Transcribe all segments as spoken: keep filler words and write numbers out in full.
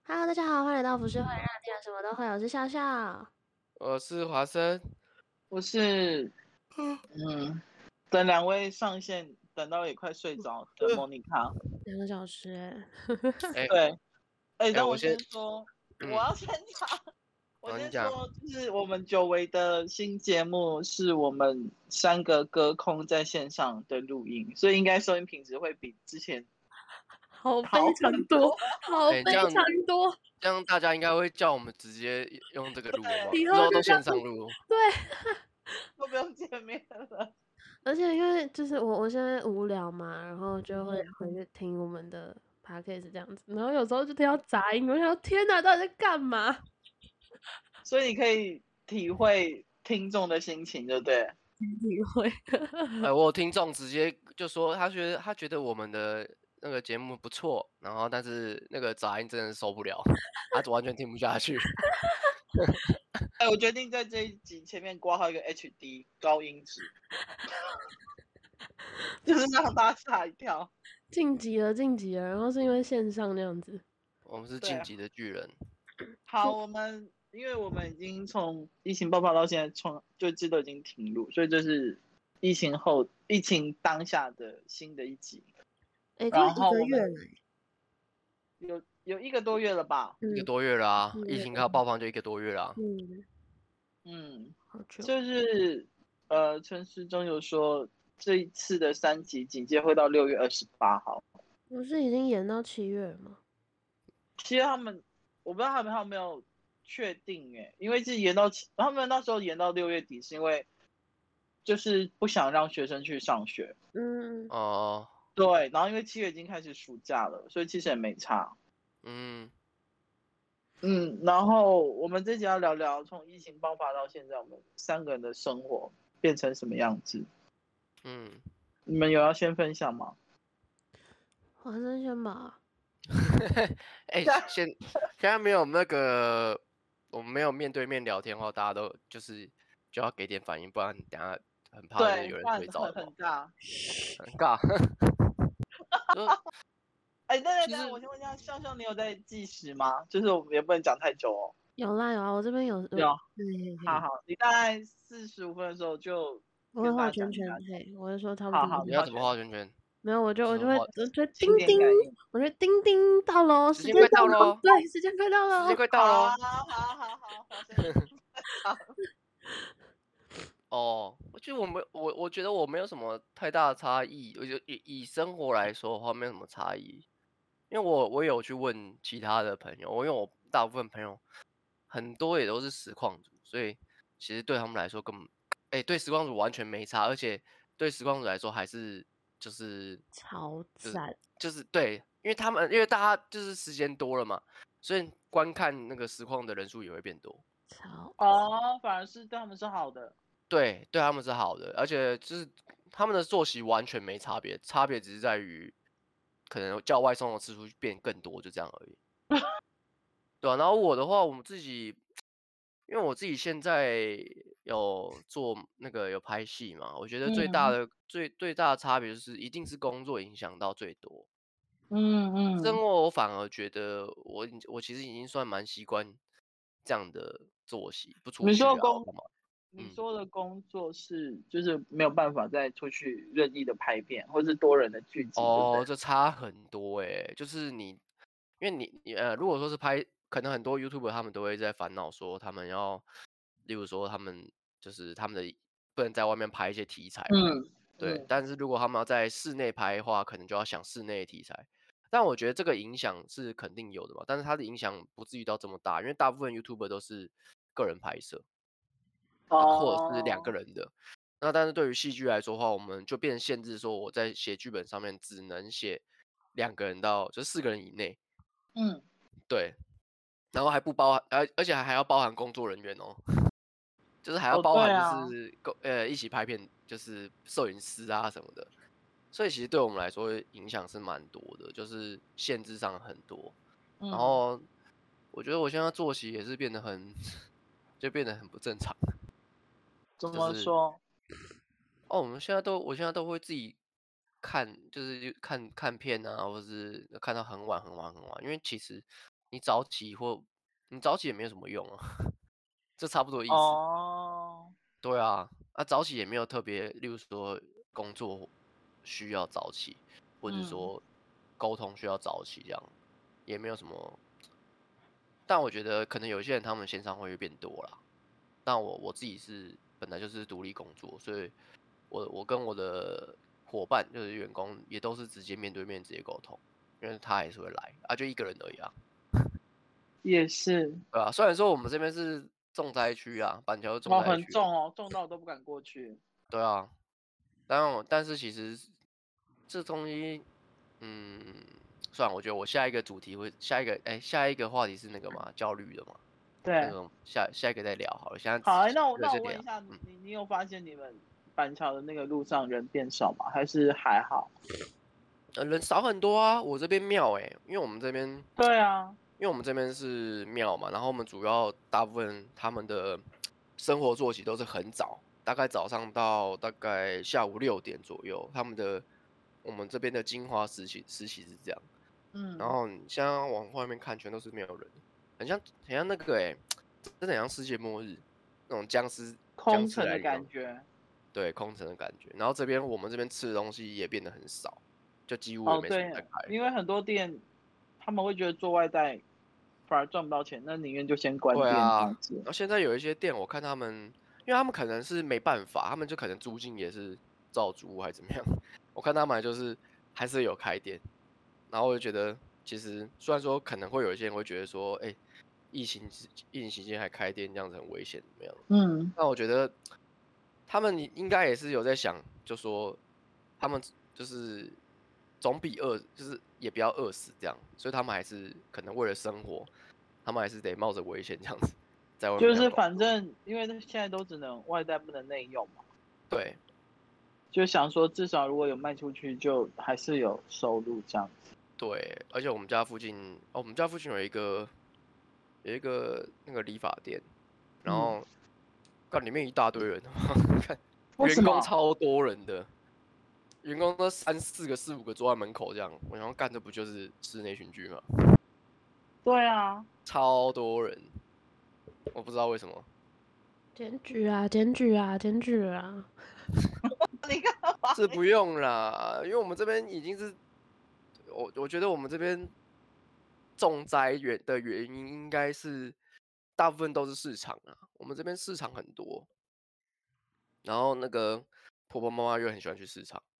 Hello，大家好，欢迎来到浮世会，让你听了什么都会。我是笑笑。 我是华生， 我是嗯，等两位上线，等到也快睡着的莫妮卡。 两个小时哎、 对，哎、 哎、 让我我先先说， 嗯我要先讲，我好你讲先说，就是我们久违的新节目，是我们三个隔空在线上的录音，所以应该收音品质会比之前好非好常多， 很多。 好哎、这样非常多。 这样大家应该会叫我们直接用这个录了吧？ 以之后都后就这样线上录。 对， 都不用见面了。 而且因为就是我我现在无聊嘛，然后就会嗯回去听我们的 podcast 这样子，然后有时候就听到杂音，我想说天哪，到底在干嘛？ 所以你可以体会听众的心情，对不对？ 体会。 哎、我有听众直接就说他觉得他觉得我们的那个节目不错，然后但是那个杂音真的受不了，他完全听不下去。 哎，我决定在这一集前面挂号一个 H D 高音质，就是让大家吓一跳。 晋级了，晋级了，然后是因为线上那样子。 我们是对啊晋级的巨人， 好，我们因为我们已经从疫情爆发到现在从就这都已经停录，所以这是疫情后疫情当下的新的一集。 哎、快一然后我们个月了。 有有一个多月了吧？ 一个嗯多月了啊， 嗯疫情刚爆发就一个多月了啊。 嗯， 嗯， 好久。 就是呃，陈时中有说这一次的三级警戒会到六月二十八号。 不是已经延到七月了吗？ 其实他们，我不知道他们有没有确定哎，因为是延到七他们那时候延到六月底，是因为就是不想让学生去上学。 嗯， 哦、 对，然后因为七月已经开始暑假了，所以其实也没差。 嗯， 嗯，然后我们这集要聊聊从疫情爆发到现在，我们三个人的生活变成什么样子。 嗯， 你们有要先分享吗？ 华生先吧。 哎、现现在没有那个，我们没有面对面聊天的话，大家都就是就要给点反应，不然等下很怕就是对， 有人不然睡着了嘛， 很很尬。 很尬。就哎，对对对， 其实我先问一下，笑笑，你有在计时吗？就是我们也不能讲太久哦。 有啦有啊，我这边有有。 有， 对， 好好，你大概四十五分的时候就我会跟大画圈圈， 家讲一下。 嘿，我就说差不多。 好好， 你要怎么画圈圈？ 没有，我就我就会就是画我就叮经典叮感应， 我就叮叮到喽，时时间快间到喽， 到喽， 对，时间快到喽。 时间快到喽。 好好好好好，我先好。 哦，我觉得我没我我觉得我没有什么太大的差异，我觉得以以生活来说的话，没有什么差异。因为我我有去问其他的朋友，我因为我大部分朋友很多也都是实况组，所以其实对他们来说根本，哎、对实况组完全没差，而且对实况组来说还是就是超就是赞。 就是对，因为他们因为大家就是时间多了嘛，所以观看那个实况的人数也会变多。 超哦，反而是对他们是好的。 对，对他们是好的，而且就是他们的作息完全没差别，差别只是在于可能叫外送的次数变更多，就这样而已。对啊，然后我的话，我们自己，因为我自己现在有做那个有拍戏嘛，我觉得最大嗯的、最最大的差别就是一定是工作影响到最多。生嗯嗯， 活我反而觉得我已我其实已经算蛮习惯这样的作息，不出你去说工， 啊或干嘛。 你嗯。 说的工作是就是没有办法再出去任意的拍片，或是多人的聚集，对不对？ 哦，这差很多诶，就是你，因为你你呃，如果说是拍，可能很多 YouTuber 他们都会在烦恼说，他们要，例如说他们就是他们的不能在外面拍一些题材嘛， 嗯对。 嗯， 但是如果他们要在室内拍的话，可能就要想室内的题材。但我觉得这个影响是肯定有的嘛，但是它的影响不至于到这么大，因为大部分 YouTuber 都是个人拍摄，就或者是两个哦， 人的。那但是对于戏剧来说的话，我们就变限制说，我在写剧本上面只能写两个人到就四个人以内， 嗯， 对，然后还不包含，而而且还还要包含工作人员哦，就是还要哦， 包含就对啊， 是工呃一起拍片，就是摄影师啊什么的，所以其实对我们来说影响是蛮多的，就是限制上很多。然嗯， 后我觉得我现在作息也是变得很，就变得很不正常， 怎就是么说？ 哦，我们现在都，我现在都会自己看，就是看看片啊，或是看到很晚很晚很晚。因为其实你早起或你早起也没有什么用啊，这差不多意思。 哦， 对啊，啊早起也没有特别，例如说工作需要早起，或者嗯说沟通需要早起，这样也没有什么。但我觉得可能有些人他们线上会变多啦。但我我自己是本来就是独立工作，所以我我跟我的伙伴就是员工也都是直接面对面直接沟通，因为他还是会来啊，就一个人而已啊， 也是， 对啊。虽然说我们这边是重灾区啊，板桥是重哦， 灾区啊， 很重哦，重到我都不敢过去。 对啊。但我但是其实这东西，嗯，算了，我觉得我下一个主题会下一个哎、下一个话题是那个嘛焦虑的嘛，那对， 个下下一个再聊好了，现在好，哎，那我热就聊， 那我问一下， 嗯。 你你有发现你们板桥的那个路上人变少吗？还是还好？ 呃，人少很多啊，我这边庙哎、因为我们这边， 对啊， 因为我们这边是庙嘛，然后我们主要大部分他们的生活作息都是很早，大概早上到大概下午六点左右，他们的我们这边的精华时期时期是这样，然嗯， 后你现在往外面看，全都是没有人，很像很像那个哎、真的很像世界末日那种僵尸僵空城的尸来临那种， 感觉。 对，空城的感觉。然后这边我们这边吃的东西也变得很少。就几乎也哦， 没什么对， 在开。 因为很多店他们会觉得做外带反而赚不到钱，那宁愿就先关店这对啊， 样子。 然后现在有一些店，我看他们，因为他们可能是没办法，他们就可能租金也是照租还是怎么样。我看他们就是还是有开店，然后我就觉得，其实虽然说可能会有一些人会觉得说，哎、疫情之疫情期间还开店这样子很危险怎么样？ 嗯， 但我觉得他们应该也是有在想，就说他们就是总比饿，就是也不要饿死这样，所以他们还是可能为了生活，他们还是得冒着危险这样子在外面就是这样工作。 反正因为现在都只能外带不能内用嘛， 对就想说至少如果有卖出去，就还是有收入这样子。 对，而且我们家附近，哦，我们家附近有一个有一个那个理发店，然嗯， 后看里面一大堆人，看员为什么？ 工超多人的，员工都三四个、四五个坐在门口这样，我想说干这不就是室内群居吗？ 对啊， 超多人，我不知道为什么。 检举啊，检举啊，检举啊！ 你干嘛？ 是不用啦，因为我们这边已经是，我我觉得我们这边重灾原的原因应该是大部分都是市场啊，我们这边市场很多，然后那个婆婆妈妈又很喜欢去市场，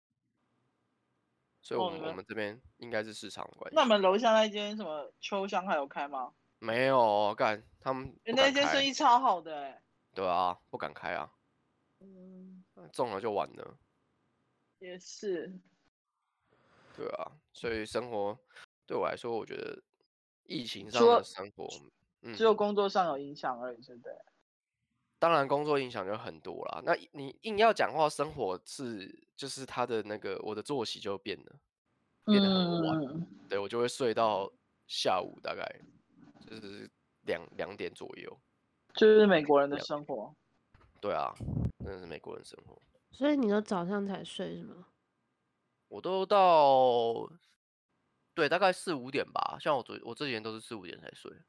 所以我哦，你们我们们这边应该是市场的关那我系。 们楼下那间什么秋香还有开吗？ 没有干，他们欸不敢开， 那间生意超好的哎、 对啊，不敢开啊， 嗯， 中了就完了， 也是， 对啊，所以生活对我来说，我觉得疫情除上的了生活， 只有嗯。 工作上有影响而已，对不对？ 当然，工作影响就很多啦。那你硬要讲话，生活是就是他的那个我的作息就变了，变得很晚。 嗯， 对我就会睡到下午大概就是两两点左右。 就是美国人的两生活。 对啊，真的是美国人生活。 所以你都早上才睡是吗？ 我都到对大概四五点吧，像我昨我这几天都是四五点才睡。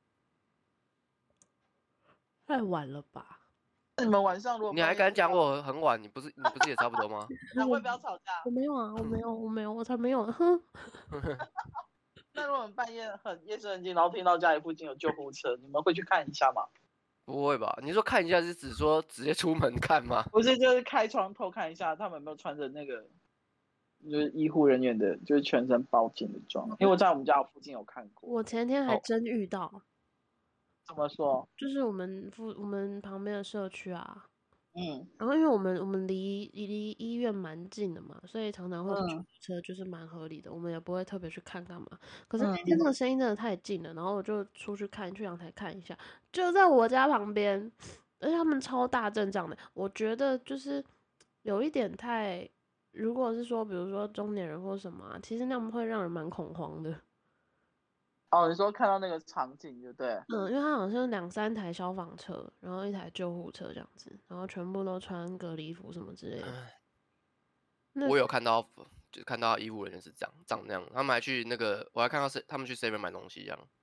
太晚了吧？ 那你们晚上如果你还敢讲半夜睡觉， 我很晚？你不是你不是也差不多吗？ 两位不要吵架。 我没有啊，我没有，我没有，我才没有，哼！ 那如果我们半夜很夜深人静，然后听到家里附近有救护车，你们会去看一下吗？ 不会吧？你说看一下是指说直接出门看吗？ 不是，就是开窗偷看一下，他们有没有穿着那个，就是医护人员的，就是全身包紧的装。因为我在我们家附近有看过。 我前天还哦真遇到， 怎么说？ 就是我们附我们旁边的社区啊， 嗯然后因为我们我们离离医院蛮近的嘛，所以常常会有救嗯护车，就是蛮合理的，我们也不会特别去看干嘛。可是嗯那天那个声音真的太近了，然后我就出去看，去阳台看一下，就在我家旁边，而且他们超大阵仗的，我觉得就是有一点太，如果是说比如说中年人或什么啊，其实那样会让人蛮恐慌的。 哦，你说看到那个场景，就对。 嗯，因为他好像是两三台消防车，然后一台救护车这样子，然后全部都穿隔离服什么之类的。那我有看到，就看到医护人员是这样长那样，他们还去那个，我还看到是他们去 seven 买东西这样。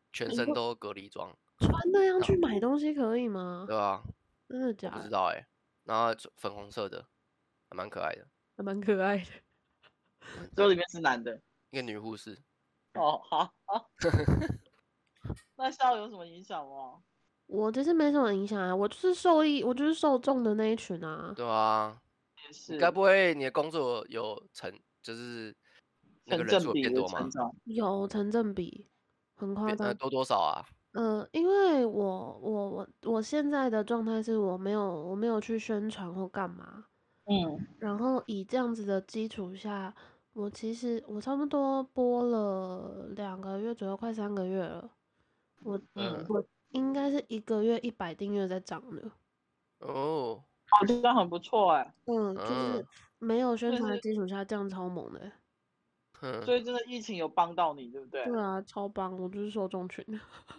全身都隔离装， 穿那样去买东西可以吗？ 对吧？ 真的假的？ 我不知道哎、欸，然后粉红色的，还蛮可爱的， 还蛮可爱的。 就里面是男的。 一个女护士。 哦，好，好。那校有什么影响吗？ 我其实没什么影响啊，我就是受益，我就是受众的那一群啊。 对啊， 也是。 你该不会你的工作有成，就是那个人数有成正比变多吗？ 的成长。 有成正比，很夸张。 变呃多多少啊？ 嗯、呃，因为我我我我现在的状态是我没有我没有去宣传或干嘛， 嗯， 然后以这样子的基础下，我其实我差不多播了两个月左右，快三个月了。我嗯， 我应该是一个月一百订阅在涨的。 哦， 我觉得很不错哎。 嗯，就是嗯没有宣传的就是基础下，这样超猛的欸。 哼， 所以真的疫情有帮到你，对不对？ 对啊，超棒，我就是受众群。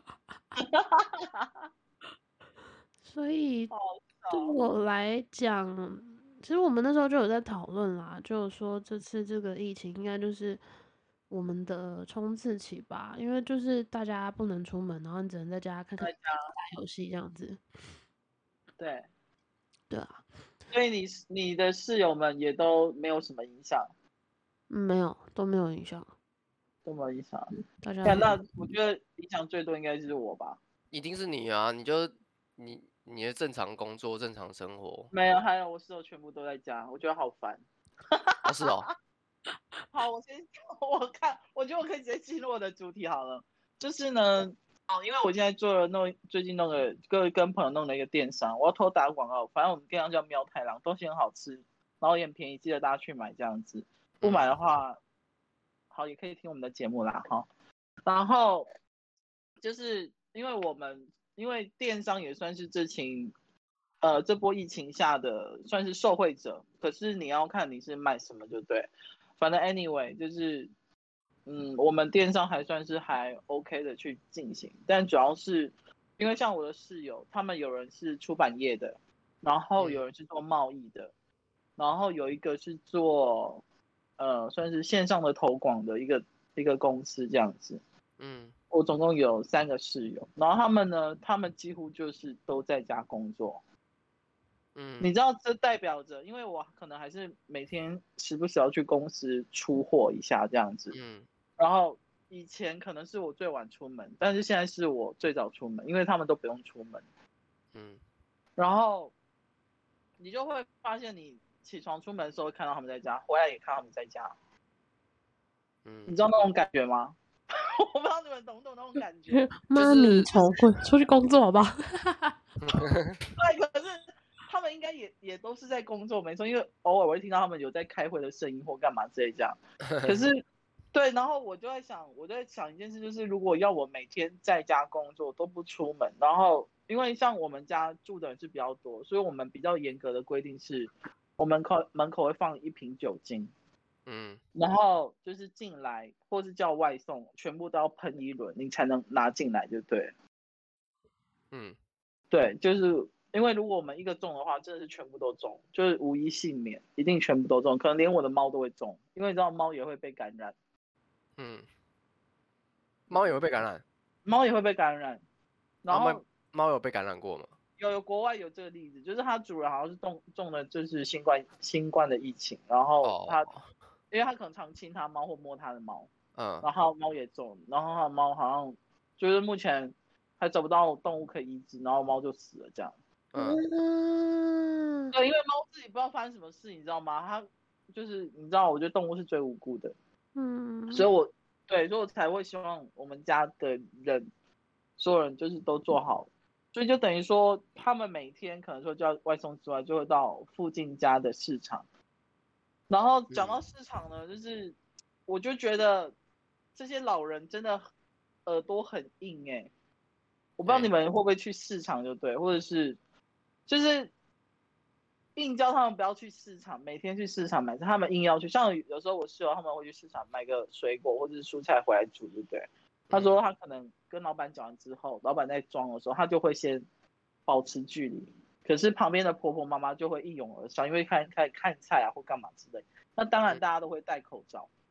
所以好对笑。 我来讲，其实我们那时候就有在讨论啦，就是说这次这个疫情应该就是我们的冲刺期吧，因为就是大家不能出门，然后你只能在家看看在家。 打游戏这样子。 对。 对啊， 所以你你的室友们也都没有什么影响， 嗯没有都没有影响， 都没有影响。 大家看，那我觉得影响最多应该是我吧。 一定是你啊！你就你你的正常工作、正常生活。 没有，还有我室友全部都在家，我觉得好烦。 哦，是哦， 好，我先我看，我觉得我可以直接进入我的主题好了。就是呢，哦，因为我现在做了弄，最近弄了跟跟朋友弄了一个电商，我要偷打广告。反正我们电商叫喵太郎，东西很好吃，然后也很便宜，记得大家去买这样子。不买的话，好也可以听我们的节目啦哈。然后就是因为我们因为电商也算是这情呃这波疫情下的算是受惠者，可是你要看你是卖什么就对。反正 anyway 就是嗯我们电商还算是还 OK 的去进行，但主要是因为像我的室友，他们有人是出版业的，然后有人是做贸易的，然后有一个是做呃算是线上的投广的一个一个公司这样子。 嗯我总共有三个室友，然后他们呢，他们几乎就是都在家工作。 嗯， 你知道这代表着，因为我可能还是每天时不时要去公司出货一下这样子。 嗯然后以前可能是我最晚出门，但是现在是我最早出门，因为他们都不用出门。 嗯， 然后你就会发现，你起床出门的时候看到他们在家，回来也看到他们在家。 嗯， 你知道那种感觉吗？我不知道你们懂不懂那种感觉。 妈咪丑，滚出去工作好不好？ 对，可是他们应该也也都是在工作，没错，因为偶尔我会听到他们有在开会的声音或干嘛之类这样。可是，对，然后我就在想，我在想一件事，就是如果要我每天在家工作都不出门，然后因为像我们家住的人是比较多，所以我们比较严格的规定是，我们口门口会放一瓶酒精。 嗯， 然后就是进来或是叫外送，全部都要喷一轮，你才能拿进来，就对了。 嗯， 对，就是因为如果我们一个中的话，真的是全部都中，就是无一幸免，一定全部都中，可能连我的猫都会中，因为你知道猫也会被感染。 嗯，猫也会被感染， 猫也会被感染。然猫后猫有被感染过吗？ 有有国外有这个例子，就是它主人好像是中中了就是新冠新冠的疫情，然后它、 哦， 因为它可能常亲它猫或摸它的猫， 嗯然后猫也中，然后它的猫好像就是目前还找不到动物可以医治，然后猫就死了这样。 嗯嗯， 对，因为猫自己不知道发生什么事，你知道吗？它就是你知道，我觉得动物是最无辜的， 嗯， 所以我对，所以我才会希望我们家的人，所有人就是都做好，所以就等于说，他们每天可能说叫外送之外，就会到附近家的市场。然后讲到市场呢，就是我就觉得这些老人真的耳朵很硬哎、欸，我不知道你们会不会去市场，就对，或者是就是硬叫他们不要去市场，每天去市场买，他们硬要去。像有时候我室友他们会去市场买个水果或者是蔬菜回来煮，对不对？他说他可能跟老板讲完之后，老板在装的时候，他就会先保持距离。可是旁边的婆婆妈妈就会一拥而上，因为看看看菜啊或干嘛之类。那当然大家都会戴口罩，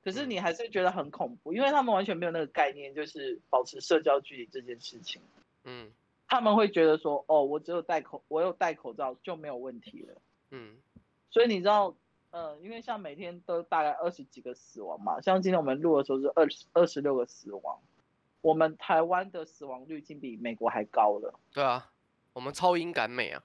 可是你还是觉得很恐怖，因为他们完全没有那个概念，就是保持社交距离这件事情。 嗯他们会觉得说，哦，我只有戴口，我有戴口罩就没有问题了。 嗯所以你知道，呃，因为像每天都大概二十几个死亡嘛，像今天我们录的时候是二十二十六个死亡，我们台湾的死亡率已经比美国还高了。 对啊，我们超英赶美啊。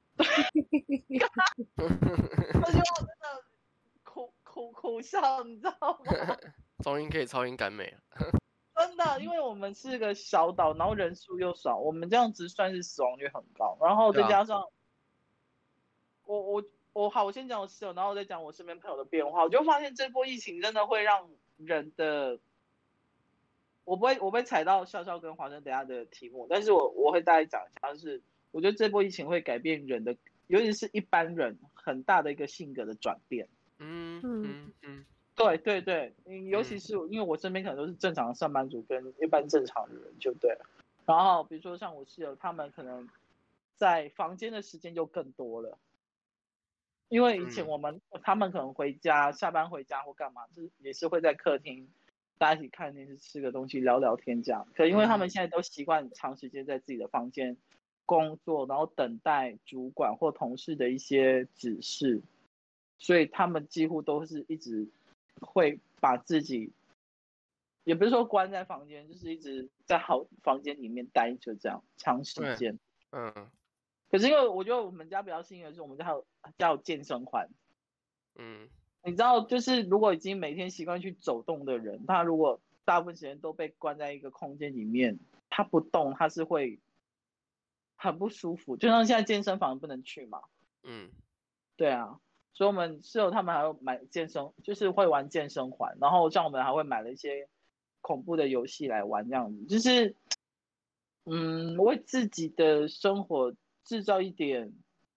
而且我真的苦苦苦笑，你知道吗？ 终于可以超英赶美了。 真的，因为我们是个小岛，然后人数又少，我们这样子算是死亡率很高，然后再加上、啊、我我我好，我先讲我室友，然后我再讲我身边朋友的变化，我就发现这波疫情真的会让人的，我不会我不会踩到笑笑跟华生等下的题目，但是我我会大概讲一下，就是我觉得这波疫情会改变人的，尤其是一般人很大的一个性格的转变。 嗯嗯嗯， 对对对，尤其是因为我身边可能都是正常的上班族跟一般正常的人就对了。然后比如说像我室友，他们可能在房间的时间就更多了，因为以前我们、嗯、他们可能回家下班回家或干嘛，就是也是会在客厅大家一起看电视、吃个东西、聊聊天这样。可因为他们现在都习惯长时间在自己的房间工作，然后等待主管或同事的一些指示，所以他们几乎都是一直会把自己，也不是说关在房间，就是一直在好房间里面待着这样长时间。 嗯。 可是因为我觉得我们家比较幸运的是，我们家有家有健身环。 嗯。 你知道，就是如果已经每天习惯去走动的人，他如果大部分时间都被关在一个空间里面，他不动，他是会很不舒服。就像现在健身房不能去嘛。 嗯。 对啊。所以我们室友他们还会买健身，就是会玩健身环，然后像我们还会买了一些恐怖的游戏来玩，这样子，就是嗯，为自己的生活制造一点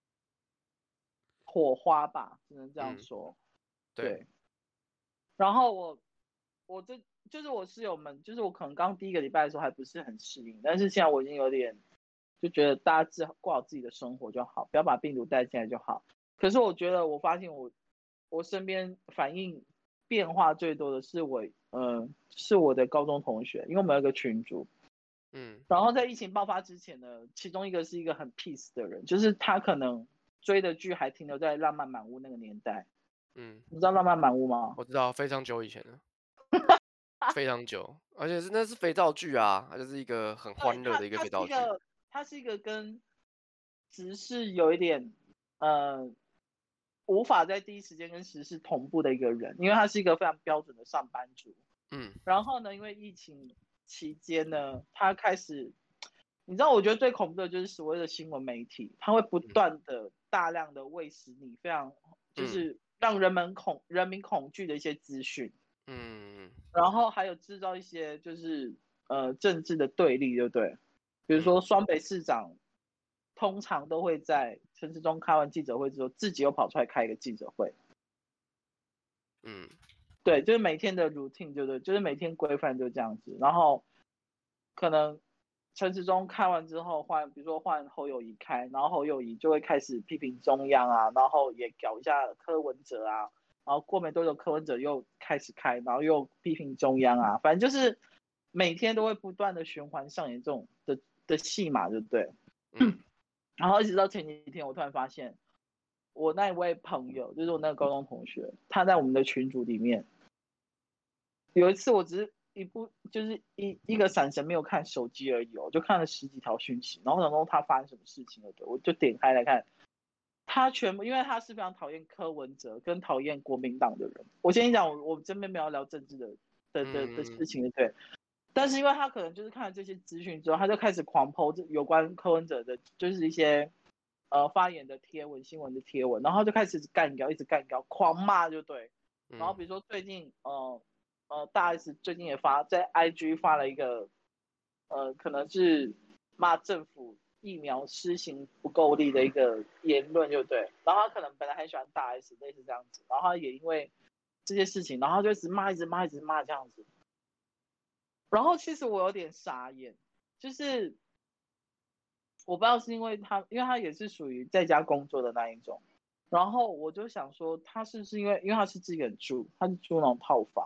火花吧，只能这样说。嗯、对, 对。然后我我这就是我室友们，就是我可能刚第一个礼拜的时候还不是很适应，但是现在我已经有点就觉得大家自过好自己的生活就好，不要把病毒带进来就好。可是我觉得我发现我我身边反应变化最多的是我呃是我的高中同学，因为我们有一个群组， 嗯， 然后在疫情爆发之前呢，其中一个是一个很 peace 的人，就是他可能追的剧还停留在浪漫满屋那个年代。 嗯， 你知道浪漫满屋吗？ 我知道，非常久以前了。非常久，而且是那是肥皂剧啊，它就是一个很欢乐的一个肥皂剧。 它是一个跟时事有一点呃无法在第一时间跟时事同步的一个人，因为他是一个非常标准的上班族。 嗯。 然后呢，因为疫情期间呢，他开始，你知道，我觉得最恐怖的就是所谓的新闻媒体，他会不断的大量的喂食你非常就是让人们恐人民恐惧的一些资讯。嗯，然后还有制造一些就是呃政治的对立，对不对？比如说双北市长通常都会在陈时中开完记者会之后，自己又跑出来开一个记者会。嗯，对，就是每天的 routine， 对不对？就是每天规范就这样子。然后可能陈时中开完之后换，比如说换侯友宜开，然后侯友宜就会开始批评中央啊，然后也搞一下柯文哲啊。然后过没多久，柯文哲又开始开，然后又批评中央啊，反正就是每天都会不断的循环上演这种的的戏码，对不对？嗯。然后一直到前几天，我突然发现，我那一位朋友，就是我那个高中同学，他在我们的群组里面，有一次我只是一部就是一一个闪神没有看手机而已，我就看了十几条讯息，然后想说他发生什么事情了，对，我就点开来看。他全部，因为他是非常讨厌柯文哲跟讨厌国民党的人。我先讲，我我这边没有聊政治的的的的事情，对。但是因为他可能就是看了这些资讯之后，他就开始狂 po 有关柯文哲的，就是一些呃发言的贴文、新闻的贴文，然后就开始干掉，一直干掉，狂骂就对。然后比如说最近呃呃大 S 最近也发在 I G 发了一个呃可能是骂政府疫苗施行不够力的一个言论，就对。然后他可能本来很喜欢大 S， 类似这样子，然后他也因为这些事情，然后就一直骂，一直骂，一直骂这样子。然后其实我有点傻眼，就是我不知道是因为他，因为他也是属于在家工作的那一种。然后我就想说，他是不是因为因为他是自己人住，他是住那种套房，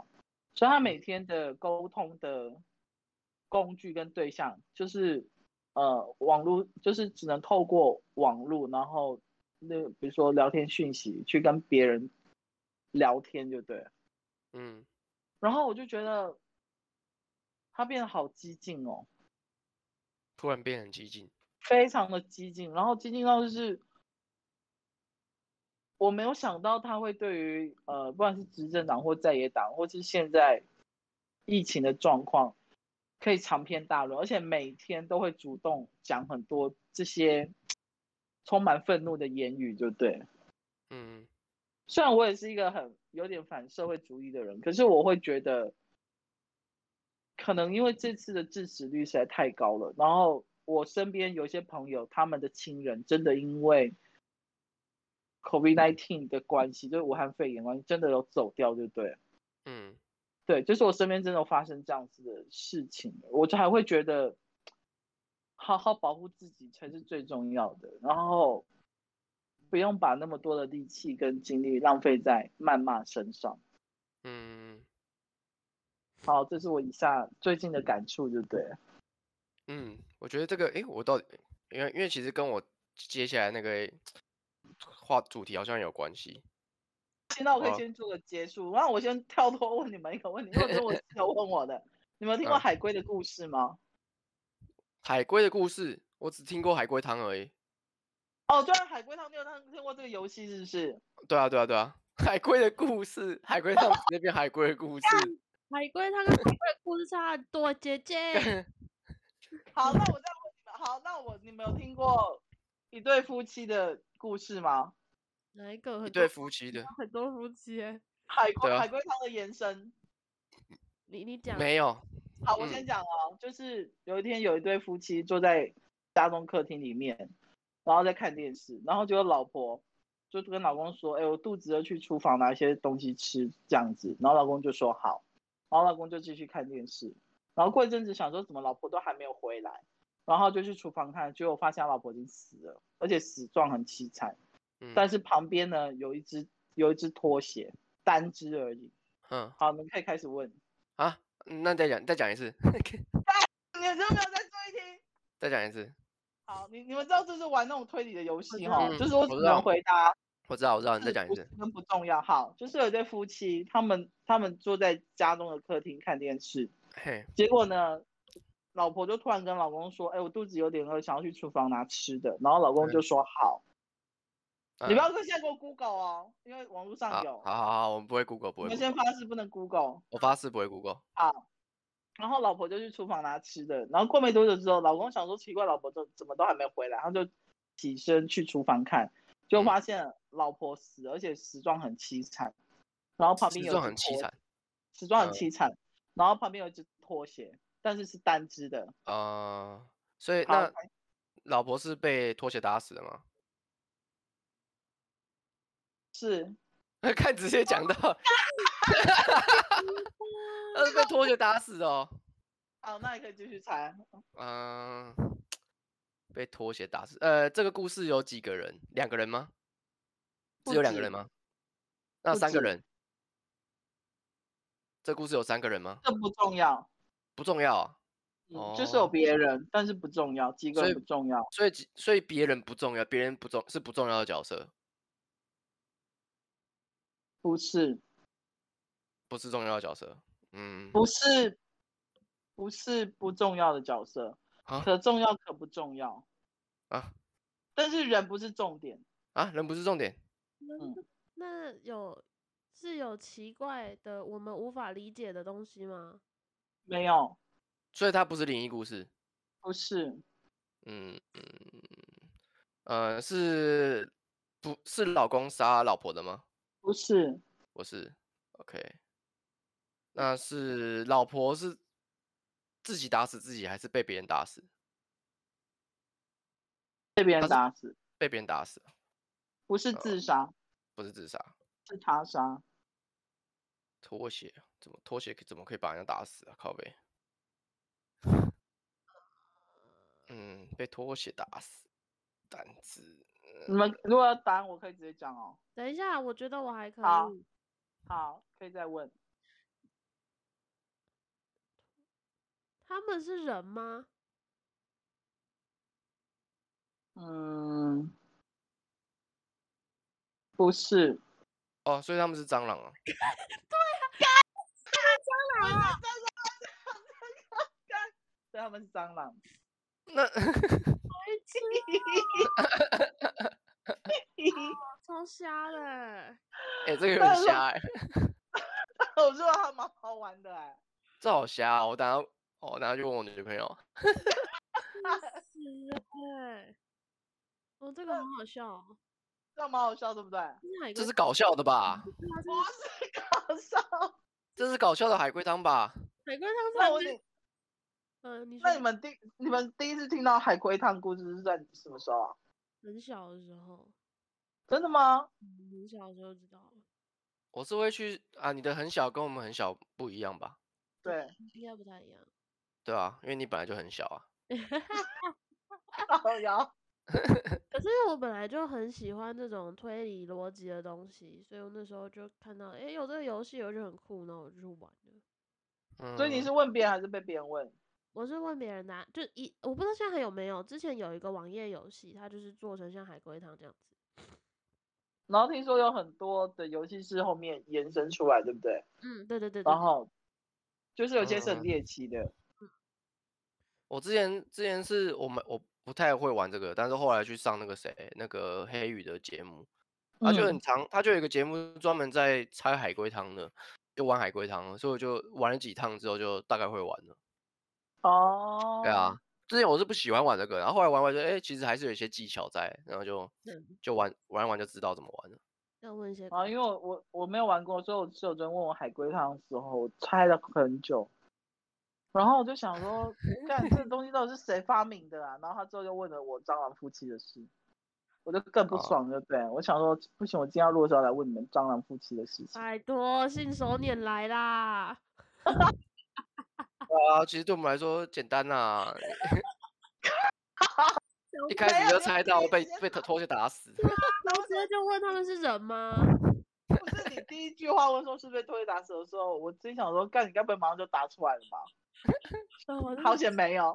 所以他每天的沟通的工具跟对象就是呃网络，就是只能透过网络，然后那比如说聊天讯息去跟别人聊天，就对了。 嗯， 然后我就觉得他变得好激进哦， 突然变很激进。 非常的激进，然后激进到就是我没有想到他会对于呃不管是执政党或在野党，或是现在疫情的状况，可以长篇大论，而且每天都会主动讲很多这些充满愤怒的言语，就对了。 嗯虽然我也是一个很有点反社会主义的人，可是我会觉得，可能因为这次的致死率实在太高了，然后我身边有些朋友，他们的亲人真的因为 COVID 十九 的关系，就是武汉肺炎关系，真的有走掉，就对了。 嗯对，就是我身边真的发生这样子的事情，我就还会觉得，好好保护自己才是最重要的，然后不用把那么多的力气跟精力浪费在谩骂身上。 嗯好，这是我以下最近的感触，就对了。 嗯，我觉得这个，诶，我到底，因为因为其实跟我接下来那个话主题好像有关系。 那我可以哦， 先做个结束，然后我先跳脱问你们一个问题，因为这是我室友问我的，你们有听过嗯， 海龟的故事吗？ 海龟的故事，我只听过海龟汤而已。 哦，对啊，海龟汤，你有听过这个游戏是不是？ 对啊，对啊，对啊，海龟的故事，海龟汤直接变海龟的故事。 海龟它跟海龟的故事差很多，姐姐。 好，那我再问你们，好，那我你们有听过一对夫妻的故事吗？ 哪一个？ 一对很多夫妻的， 很多夫妻耶。 海龟对啊， 海龟汤的延伸。 你你讲。 没有。 好，我嗯先讲哦，就是有一天有一对夫妻坐在家中客厅里面，然后在看电视，然后结果老婆就跟老公说：“哎，我肚子饿，去厨房拿一些东西吃。”这样子，然后老公就说好，然后老公就继续看电视，然后过一阵子想说怎么老婆都还没有回来，然后就去厨房看，结果发现老婆已经死了，而且死状很凄惨， 嗯但是旁边呢有一只有一只拖鞋，单只而已。 嗯好，你们可以开始问。 啊，那再讲再讲一次， 你们有没有再注意听？ 再讲一次。 好，你你们知道这是玩那种推理的游戏哈， 嗯， 就是我只我知道， 能回答我知道，我知道，你再是讲一次。 不是跟不重要。好，就是有一对夫妻，他们他们坐在家中的客厅看电视， 嘿， 结果呢，老婆就突然跟老公说：“哎，我肚子有点饿，想要去厨房拿吃的。”然后老公就说：“好。”你不嗯， 要现在给我 Google 哦，因为网络上好， 有。 好，好，好，我们不会 Google，不会你们先 Google， 发誓不能 Google。 我发誓不会 Google。 好，然后老婆就去厨房拿吃的，然后过没多久之后，老公想说奇怪，老婆怎怎么都还没回来，他就起身去厨房看，就发现老婆死，而且死状很凄惨，然后旁边死状有一只拖， 很凄惨。 死状很嗯凄惨，然后旁边有一只拖鞋，但是是单只的。 呃，所以好， 那老婆是被拖鞋打死的吗？ 是看直接讲到，他是被拖鞋打死的哦。 好，那你可以继续猜。 嗯、被拖鞋打死。呃，这个故事有几个人？两个人吗？只不止有两个人吗？那不止， 三个人？这故事有三个人吗？ 这不重要， 不重要啊。 嗯，就是有哦， 别人，但是不重要，几个所以人不重要， 所以所以别人不重要，别人不重是不重要的角色， 不是不是重要的角色。嗯， 不是不是不重要的角色， 啊可重要可不重要。 啊但是人不是重点。 啊，人不是重点。 嗯， 那有是有奇怪的我们无法理解的东西吗？ 没有， 所以它不是灵异故事。 不是， 嗯嗯呃，是不是老公杀老婆的吗？ 不是， 不是。OK，那是老婆是自己打死自己，还是被别人打死？ 被别人他是打死， 被别人打死， 不是自杀， 不是自杀。 是他杀。 拖鞋怎么拖鞋怎么可以把人家打死啊？靠背。嗯，被拖鞋打死，胆子。 你们如果要答案，我可以直接讲哦。 等一下，我觉得我还可好以。 好，可以再问。 他们是人吗？ 嗯，不是。 哦，所以他们是蟑螂啊。 对啊，蟑螂啊！ 对，他们是蟑螂。 那白痴哦，超瞎的欸。 哎、这个有点瞎哎、 我说还蛮好玩的哎、 这好瞎啊！我等下哦，等下去问我女朋友。 是哎，哦，这个好好笑哦。 这样蛮好笑，对不对？ 这是海龟这是搞笑的吧？ 不是搞笑。 这是搞笑的海龟汤吧？ 海龟汤饭店。 那我你， 嗯，你说那你们第你们第一次听到海龟汤故事是在什么时候啊？ 很小的时候， 真的吗？ 嗯很小的时候知道了。 我是会去啊，你的很小跟我们很小不一样吧？ 对， 应该不太一样。 对啊，因为你本来就很小啊。 造谣。 可是因为我本来就很喜欢这种推理逻辑的东西，所以我那时候就看到，哎、有这个游戏，我就很酷，那我就去玩了。 嗯， 所以你是问别人还是被别人问？ 我是问别人拿，就一我不知道现在还有没有，之前有一个网页游戏，它就是做成像海龟汤这样子。 然后听说有很多的游戏是后面延伸出来，对不对？ 嗯，对对对对对。 然后就是有些是很嗯猎奇的。 我之前之前是我们我不太会玩这个，但是后来去上那个谁那个黑羽的节目，他就很嗯， 长，他就有一个节目专门在猜海龟汤的，就玩海龟汤，所以我就玩了几趟之后就大概会玩了。 哦， 对啊，之前我是不喜欢玩这个，然后后来玩玩就哎、其实还是有一些技巧在，然后就嗯， 就玩玩一玩就知道怎么玩了。 要问一些啊，因为我我我没有玩过，所以我室友真问我海龟汤的时候，我猜了很久，然后我就想说，干这东西到底是谁发明的啊？然后他之后就问了我蟑螂夫妻的事，我就更不啊， 爽，对不对？我想说，不行，我今天要录的时候来问你们蟑螂夫妻的事情。 拜托，信手拈来啦。 对啊，其实对我们来说简单呐、一开始就猜到被被拖鞋打死。 然后直接就问他们是人吗？ 不是你第一句话问说是不是推打死的时候，我真想说，干你该不会马上就答出来了吧？好险没有。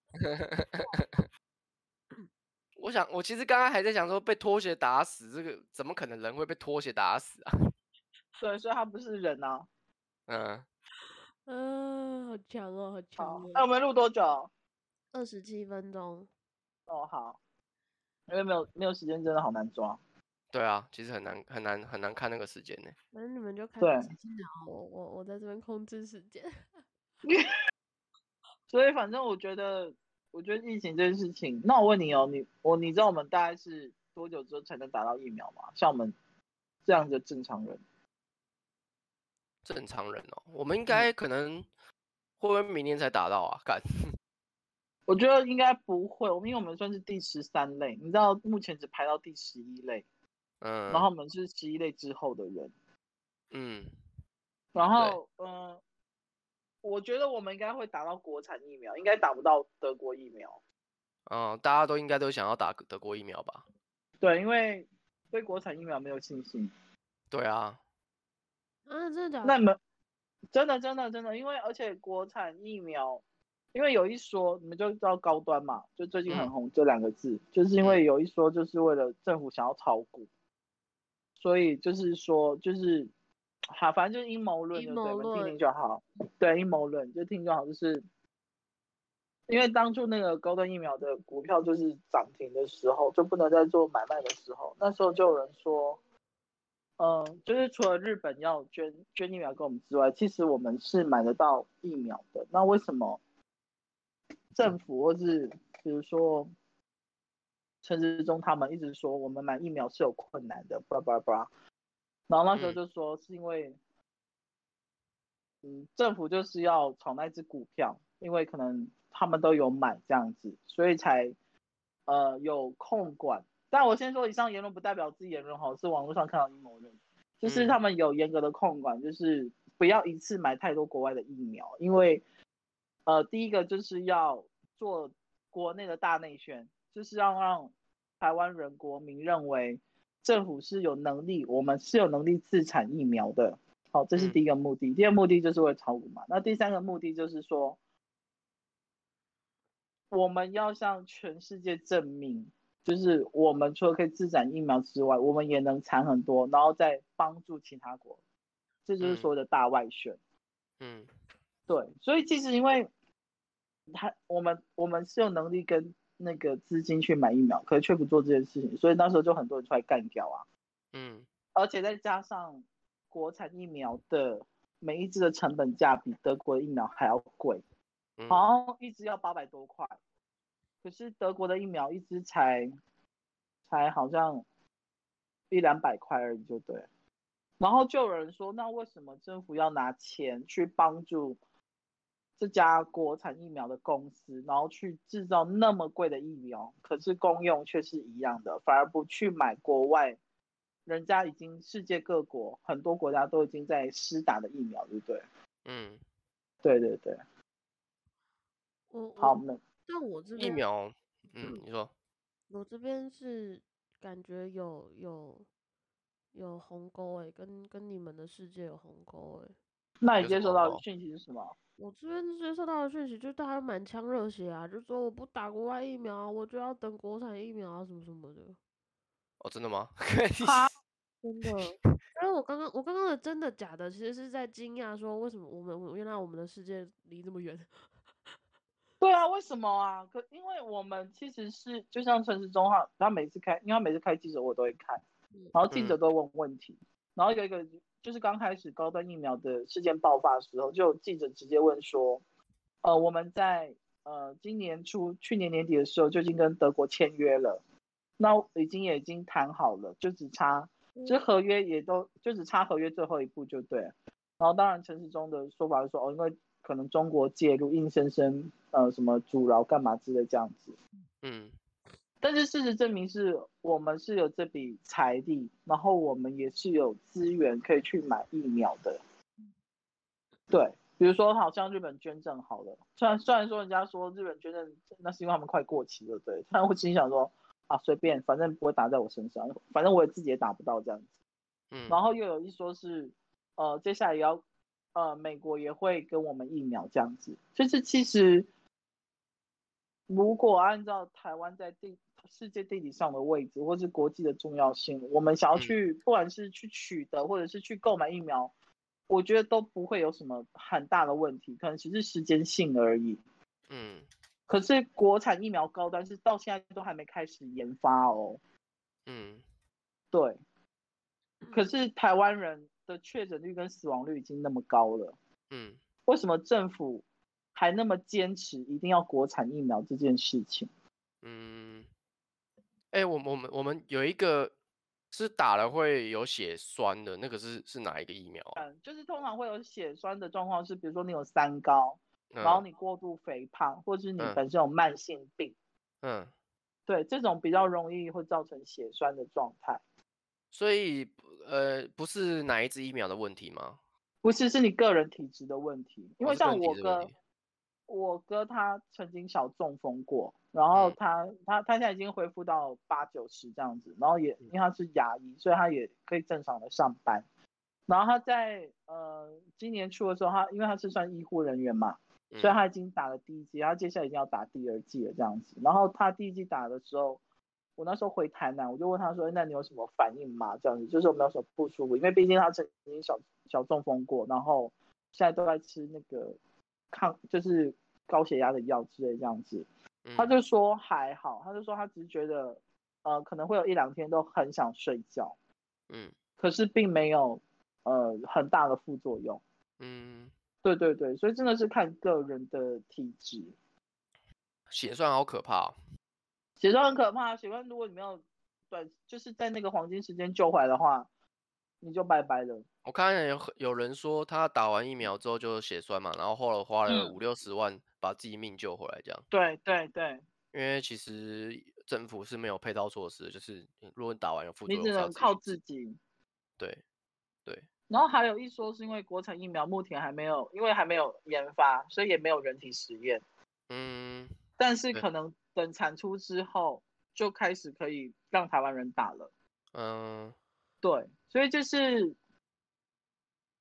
我想，我其实刚刚还在想说，被拖鞋打死，这个怎么可能人会被拖鞋打死啊？ 对，所以他不是人啊。 嗯， 嗯、好强哦，好强好， 哦。 那我们录多久？ 二十七分钟。 哦，好，因为没有没有时间，真的好难抓。 对啊，其实很难很难很难看那个时间呢。 反正你们就开对开心心聊，我我我在这边控制时间。 所以反正我觉得，我觉得疫情这件事情，那我问你哦，你我你知道我们大概是多久之后才能打到疫苗吗？像我们这样的正常人， 正常人哦，我们应嗯该可能会不会明年才打到啊？干， 我觉得应该不会，我们因为我们算是第十三类，你知道目前只排到第十一类，然后嗯我们是十一类之后的人， 嗯， 然后嗯、呃，我觉得我们应该会打到国产疫苗，应该打不到德国疫苗。 哦，大家都应该都想要打德国疫苗吧？ 对，因为对国产疫苗没有信心。 对啊， 啊，真的假的？ 那你们真的真的真的，因为而且国产疫苗，因为有一说，你们就知道高端嘛，就最近很嗯红这两个字，就是因为有一说，就是为了政府想要炒股，所以就是说就是，好，反正就是阴谋论， 阴就对，你们听谋论。 听就好。对，阴谋论就听就好，就是因为当初那个高端疫苗的股票就是涨停的时候，就不能再做买卖的时候，那时候就有人说。嗯，就是除了日本要捐捐疫苗给我们之外，其实我们是买得到疫苗的。那为什么政府或是比如说陈时中他们一直说我们买疫苗是有困难的，叭叭叭。然后那时候就说是因为，嗯，政府就是要炒那只股票，因为可能他们都有买这样子，所以才呃有控管。但我先说，以上言论不代表自己言论哈，是网络上看到阴谋论，就是他们有严格的控管，就是不要一次买太多国外的疫苗，因为呃，第一个就是要做国内的大内宣，就是要让台湾人国民认为政府是有能力，我们是有能力自产疫苗的。好，这是第一个目的。第二个目的就是为了炒股嘛。那第三个目的就是说， 我们要向全世界证明，就是我们除了可以自产疫苗之外，我们也能产很多，然后再帮助其他国，这就是所谓的大外宣。 嗯， 对，所以其实因为他我们我们是有能力跟那个资金去买疫苗，可是却不做这件事情，所以那时候就很多人出来干掉啊。 嗯， 而且再加上国产疫苗的每一支的成本价比德国的疫苗还要贵， 嗯， 好像一支要八百多块，可是德国的疫苗一支才才好像一两百块而已，就对。然后就有人说，那为什么政府要拿钱去帮助这家国产疫苗的公司，然后去制造那么贵的疫苗，可是功用却是一样的，反而不去买国外人家已经世界各国很多国家都已经在施打的疫苗，对不对？ 嗯， 对对对， 我我， 好，那但我这边， 疫苗，嗯，你说， 我这边是感觉有有有鸿沟诶，跟跟你们的世界有鸿沟诶。 那你有什接收到的么广告？ 讯息是什么？ 我这边接收到的讯息就是大家满腔热血啊，就说我不打国外疫苗啊，我就要等国产疫苗啊，什么什么的。 哦，真的吗？ 哈， 真的，因为我刚刚我刚刚的真的假的，其实是在惊讶说为什么我们原来我们的世界离这么远。 对啊，为什么啊？可因为我们其实是就像陈时中哈，他每次开，因为他每次开记者我都会看，然后记者嗯都问问题，然后有一个就是刚开始高端疫苗的事件爆发的时候，就有记者直接问说，呃，我们在呃今年初去年年底的时候就已经跟德国签约了，那已经也已经谈好了，就只差，这合约也都就只差合约最后一步就对了。然后当然陈时中的说法是说，哦，因为可能中国介入，硬生生呃什么阻挠干嘛之类这样子。 嗯但是事实证明是我们是有这笔财力，然后我们也是有资源可以去买疫苗的。对，比如说好像日本捐赠好了，虽然虽然说人家说日本捐赠那是因为他们快过期了，对，但我心想说啊随便，反正不会打在我身上，反正我也自己也打不到这样子。 嗯然后又有一说是，呃，接下来也要，呃，美国也会跟我们疫苗这样子。就是其实，如果按照台湾在地世界地理上的位置，或是国际的重要性，我们想要嗯去，不管是去取得或者是去购买疫苗，我觉得都不会有什么很大的问题，可能只是时间性而已。 嗯可是国产疫苗高端是到现在都还没开始研发哦。 嗯对，可是台湾人的确诊率跟死亡率已经那么高了。 嗯为什么政府还那么坚持一定要国产疫苗这件事情？ 嗯，哎、我我们我们有一个是打了会有血栓的，那个是是哪一个疫苗啊？ 嗯，就是通常会有血栓的状况是，比如说你有三高，然后嗯你过度肥胖，或者是你嗯本身有慢性病， 嗯， 对，这种比较容易会造成血栓的状态。 所以呃不是哪一支疫苗的问题吗？ 不是，是你个人体质的问题。因哦，是个为像人体质的问我哥， 题。 我哥他曾经小中风过，然后嗯他他他现在已经恢复到八九十这样子，然后也嗯因为他是牙医，所以他也可以正常的上班。然后他在呃今年初的时候，他因为他是算医护人员嘛，所以嗯他已经打了第一剂，他接下来已经要打第二剂了这样子。然后他第一剂打的时候，我那时候回台南，我就问他说：“欸那你有什么反应吗？”这样子，就是有没有什么不舒服？因为毕竟他曾经小小中风过，然后现在都在吃那个抗就是高血压的药之类这样子。他嗯就说还好，他就说他只是觉得呃可能会有一两天都很想睡觉， 嗯可是并没有呃很大的副作用。 嗯， 对对对，所以真的是看个人的体质。 血栓好可怕哦。 血栓很可怕，血栓如果你没有短，就是在那个黄金时间救回来的话，你就拜拜了。 我看见有有人说他打完疫苗之后就血栓嘛，然后后来花了五嗯， 六十万把自己命救回来这样。 对对对， 因为其实政府是没有配套措施的，就是如果你打完有副你作用是要只能靠自己去治。 自己。 对对， 然后还有一说是因为国产疫苗目前还没有，因为还没有研发，所以也没有人体实验。 嗯， 但是对， 可能等产出之后，就开始可以让台湾人打了。 嗯对，所以就是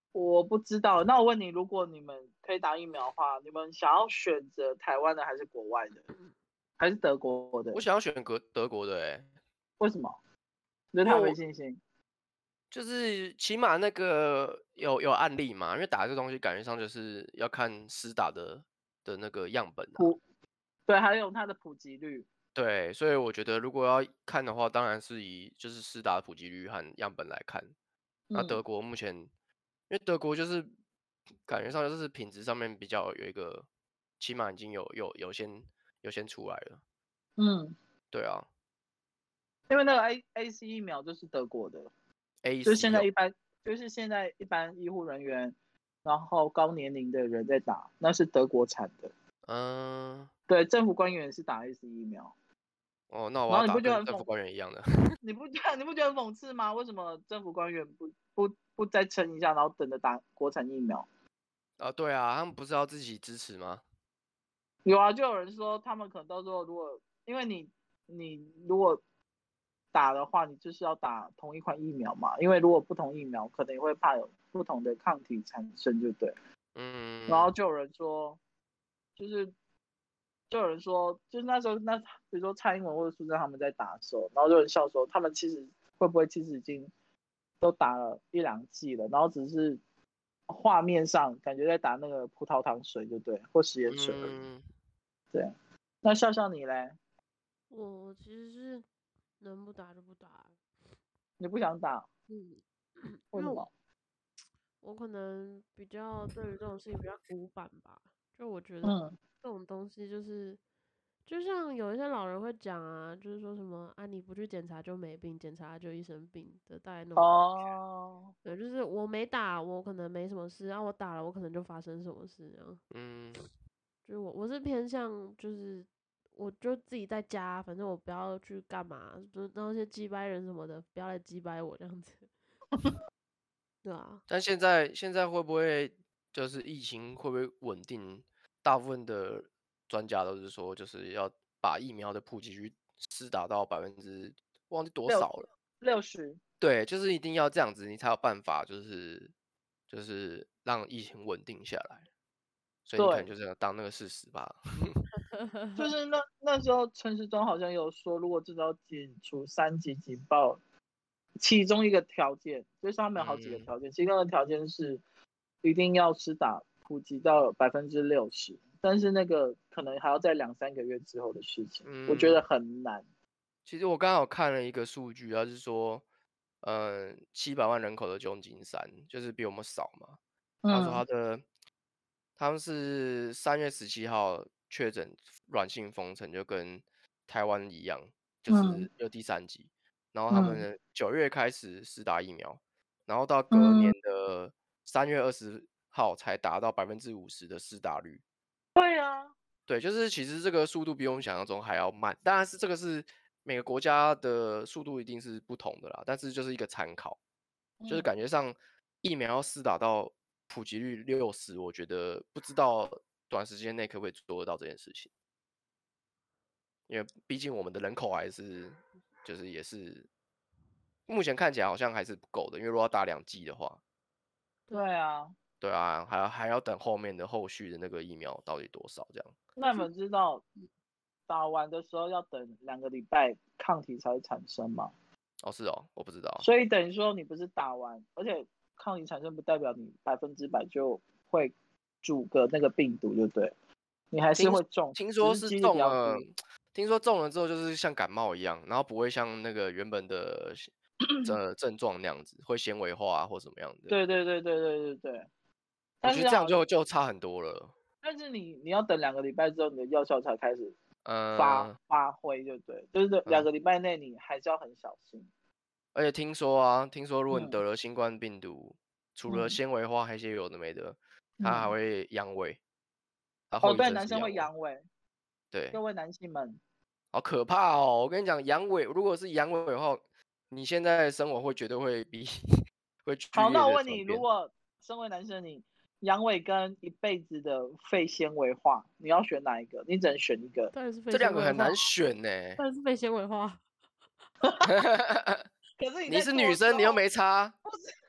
我不知道。那我问你，如果你们可以打疫苗的话，你们想要选择台湾的还是国外的，还是德国的？ 我想要选德德国的、欸， 为什么？对他没信心。 就是起码那个有有案例嘛，因为打这东西感觉上就是要看施打的的那个样本、啊， 普对，还有它的普及率。 对，所以我觉得如果要看的话，当然是以就是施打普及率和样本来看。那德国目前，因为德国就是感觉上就是品质上面比较有一个，起码已经有有有先有先出来了。 嗯， 对啊， 因为那个 A A C 疫苗就是德国的 ，A C 就是现在哦一般就是现在一般医护人员，然后高年龄的人在打，那是德国产的。 嗯， 对，政府官员是打 A C 疫苗。 哦，那我然后你要打不觉得很讽跟政府官员一样的。 你不觉得你不觉得很讽刺吗？为什么政府官员不不不再撑一下，然后等着打国产疫苗？ 啊，对啊，他们不是要自己支持吗？ 有啊，就有人说他们可能到时候如果因为你你如果打的话，你就是要打同一款疫苗嘛，因为如果不同疫苗，可能也会怕有不同的抗体产生，就对。 嗯， 然后就有人说，就是就有人说，就是那时候那比如说蔡英文或者苏贞他们在打的时候，然后就有人笑说，他们其实会不会其实已经都打了一两剂了，然后只是画面上感觉在打那个葡萄糖水，就对，或食盐水而已。 嗯， 对，那笑笑你嘞？ 我其实是能不打就不打， 你不想打？ 嗯， 为什么？ 我可能比较对于这种事情比较古板吧，就我觉得嗯， 这种东西就是，就像有一些老人会讲啊，就是说什么啊你不去检查就没病，检查就一身病的大概那种。 哦， 对，就是我没打，我可能没什么事，啊我打了，我可能就发生什么事这样。 嗯， 就是我我是偏向就是我就自己在家，反正我不要去干嘛，就是那些击败人什么的，不要来击败我这样子。对啊， 但现在现在会不会就是疫情会不会稳定？大部分的专家都是说，就是要把疫苗的普及率施打到百分之忘记多少了。 六十。 对，就是一定要这样子，你才有办法，就是就是让疫情稳定下来。所以你可能对， 就是要当那个事实吧。 就是那那时候陈时中好像有说，如果真的要解除三级警报，其中一个条件，就是他们有好几个嗯条件，其中的条件是一定要施打普及到百分之六十，但是那个可能还要在两三个月之后的事情，我觉得嗯， 很难。 其实我刚好看了一个数据，它是说，嗯，七百万人口的旧金山就是比我们少嘛。他说他嗯的他们是三月十七号确诊软性封城，就跟台湾一样，就嗯是有第三级。然后他嗯们九月开始施打疫苗，然后到隔嗯， 年的三月二十号才达到百分之五十的施打率。 对啊， 对，就是其实这个速度比我们想象中还要慢，当然是这个是每个国家的速度一定是不同的啦，但是就是一个参考，就是嗯， 感觉上疫苗要施打到普及率六十，我觉得不知道短时间内可不可以做得到这件事情，因为毕竟我们的人口还是就是也是目前看起来好像还是不够的，因为如果要打两剂的话， 对啊。 对啊，还要还要等后面的后续的那个疫苗到底多少这样。 那你们知道打完的时候要等两个礼拜抗体才会产生吗？ 哦，是哦，我不知道。 所以等于说你不是打完，而且抗体产生不代表你百分之百就会阻隔那个病毒，对不对？你还是听会中， 听说是只是几率比中了， 较低。 听说中了之后就是像感冒一样，然后不会像那个原本的呃症状那样子，会纤维化啊或什么样的。 对对对对对对对。但我觉得这样是好像， 就就差很多了。 但是你你要等两个礼拜之后，你的药效才开始发嗯发挥，就对，就是两嗯， 个礼拜内你还是要很小心。 而且听说啊，听说如果你嗯得了新冠病毒，除了嗯纤维化，还有一些有的没的，它还嗯。 会阳痿，它哦， 后遗对，男生会症是阳痿。 阳痿， 对， 各位男性们。 好可怕哦！我跟你讲，阳痿如果是阳痿的话，你现在的生活会绝对会比会剧好， 烈那我问你， 的转变。 如果身为男生，你阳痿跟一辈子的肺纤维化，你要选哪一个？你只能选一个。 当然是肺这两纤维化， 个很难选呢。 当然是肺纤维化。 可是你你在做是女生，你又的时候， 没差。 不是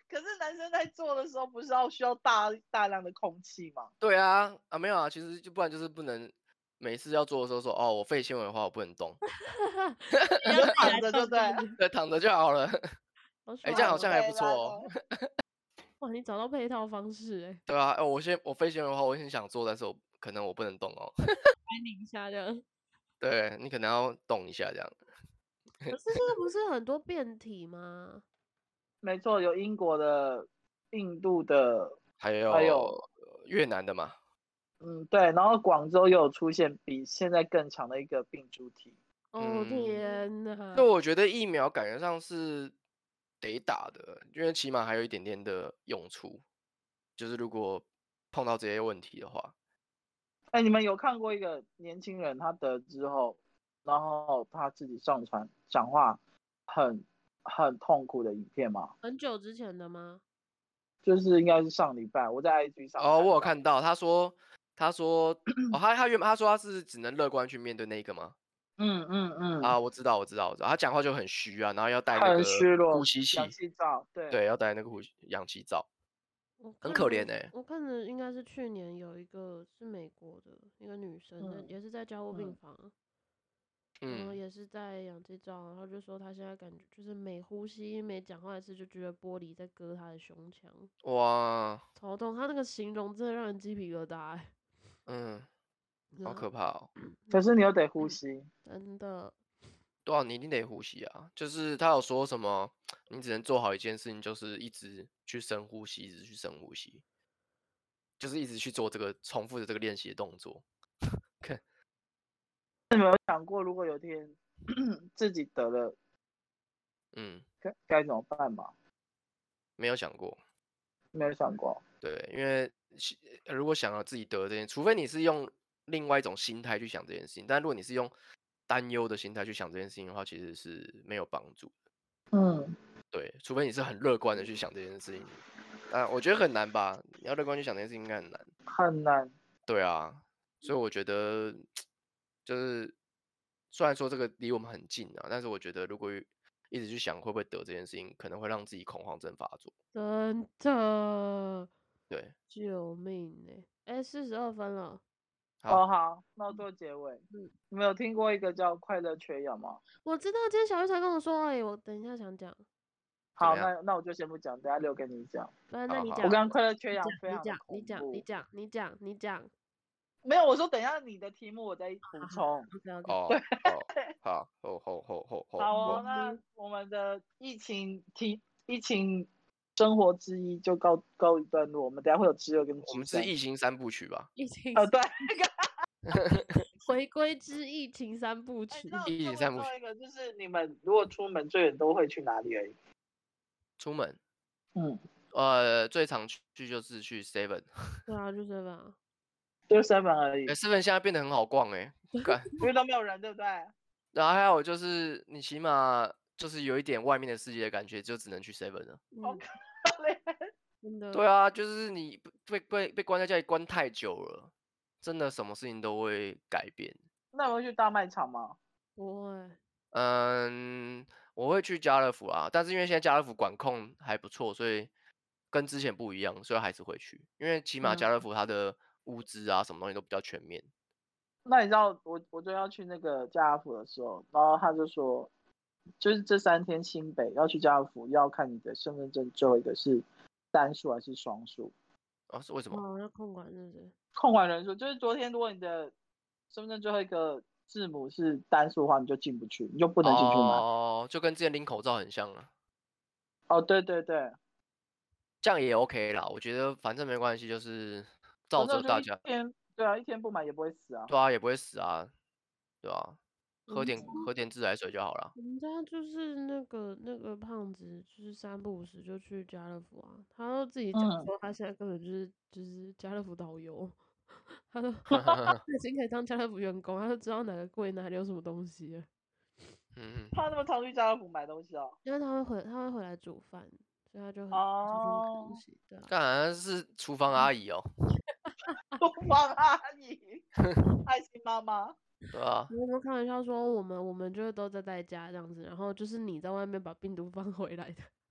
可是男生在做的时候，不是要需要大大量的空气吗？ 对啊，啊没有啊，其实就不然就是不能每次要做的时候说哦，我肺纤维的话我不能动， 你就躺着就对。 对，躺着就好了。 好哎、 爽哦！ 这样好像还不错哦。 哇，你找到配套方式哎， 对啊，哎、我先我肺纤维的话，我很想做，但是我可能我不能动哦。 拍你一下这样。 对你可能要动一下这样。 可是这个不是很多变体吗？ 没错，有英国的、印度的， 还有还有越南的嘛。 嗯对，然后广州又有出现比现在更强的一个病株体。 哦嗯， 天哪！ 就我觉得疫苗感觉上是得打的，因为起码还有一点点的用处，就是如果碰到这些问题的话。 哎，你们有看过一个年轻人他得之后，然后他自己上传讲话很很痛苦的影片吗？ 很久之前的吗？ 就是应该是上礼拜我在 I G 上哦，我有看看到，他说他说哦，他他原本他说他是只能乐观去面对那个吗？ 嗯嗯嗯， 啊，我知道我知道我知道，他讲话就很虚啊，然后要带那很个虚弱， 呼吸氧器， 气罩，对， 对，要带那个呼吸氧气罩， 我很看的可怜哎、 我看的应该是去年有一个是美国的一个女生，那、 嗯也是在加护病嗯房，然后嗯， 也是在氧气罩，然后就说她现在感觉就是每呼吸每讲话一次就觉得玻璃在割她的胸腔， 哇， 超痛。她那个形容真的让人鸡皮疙瘩、欸， 嗯，好对啊可怕哦。 可是你又得呼吸， 真的。 对啊，你一定得呼吸啊。就是他有说什么，你只能做好一件事情，就是一直去深呼吸，一直去深呼吸，就是一直去做这个重复的这个练习的动作。看， 有想过如果有一天自己得了， 嗯， 该该怎么办吗？ 没有想过。 没有想过。 对，因为其如果想要自己得这件，除非你是用另外一种心态去想这件事情，但如果你是用担忧的心态去想这件事情的话，其实是没有帮助的。 嗯， 对，除非你是很乐观的去想这件事情，但我觉得很难吧？你要乐观去想这件事情应该很难。 很难。 对啊，所以我觉得就是虽然说这个离我们很近啊，但是我觉得如果一直去想会不会得这件事情，可能会让自己恐慌症发作。 真的， 对， 救命呢、欸！哎，四十二分了。 好， 哦，好，那我做结尾。 嗯， 你们有听过一个叫快乐缺氧吗？ 我知道，今天小玉才跟我说，哎、我等一下想讲。 好， 怎么样？ 那那我就先不讲，等下留给你讲。 那那好好你讲， 我刚刚快乐缺你讲氧，非常的你讲，你恐讲，你怖。 讲，你讲，你讲。 没有，我说等一下你的题目我再补好好充。 OK OK。 哦哦，好，吼吼吼吼吼好吼， 哦，那我们的疫情题疫情生活之一就告告一段落，我们等下会有之二跟我们是之三。 疫情三部曲吧？ 疫情呃，对， 回归之疫情三部哎， 曲。 那我疫情三部曲最后一个就是你们如果出门最远都会去哪里而已？ 出门， 嗯， 呃，最常去就是去 Seven， 对啊，就这样。 就 seven 而已哎，，Seven 现在变得很好逛哎，干， 因为都没有人，对不对？ 然后还有就是你起码就是有一点外面的世界的感觉，就只能去 Seven 了。 好嗯， 可怜。 真的。 对啊，就是你被被被关在家里关太久了，真的什么事情都会改变。 那你会去大卖场吗？ 不会。 嗯，我会去家乐福啊，但是因为现在家乐福管控还不错，所以跟之前不一样，所以还是会去。因为起码嗯家乐福它的物资啊，什么东西都比较全面。 那你知道我我就要去那个家乐福的时候，然后他就说，就是这三天新北要去家乐福，要看你的身份证最后一个是单数还是双数， 啊，是为什么？ 哦，要控管是不是？ 控管人数。就是昨天如果你的身份证最后一个字母是单数的话，你就进不去，你就不能进去买。 哦，就跟之前领口罩很像啊， 哦，对对对， 这样也 OK 啦。我觉得反正没关系，就是照反正就着大家， 一天，对啊，一天不买也不会死啊。 对啊，也不会死啊，对啊，喝嗯点喝点自来水就好了。 我们家就是那个那个胖子，就是三不五时就去家乐福啊。他都自己讲嗯， 说，他现在根本就是就是家乐福导游，他都他已经可以当家乐福员工，他就知道哪个柜哪里有什么东西了。 嗯， 他那么常去家乐福买东西哦。 因为他会回他会回来煮饭，所以他就很常去买东哦， 西，对啊。 当然是厨房阿姨哦， 厨房阿姨，爱心妈妈。 对啊， 我们开玩笑说，我们我们就是都在在家这样子，然后就是你在外面把病毒放回来的。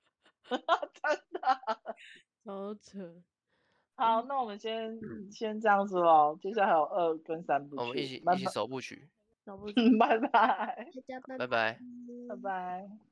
真的。 超扯。 好，那我们先先这样子喽，接下来还有二跟三部我们一曲， 起一起拜拜， 首部曲， 找不出， 拜拜， 大家拜拜拜。 拜拜。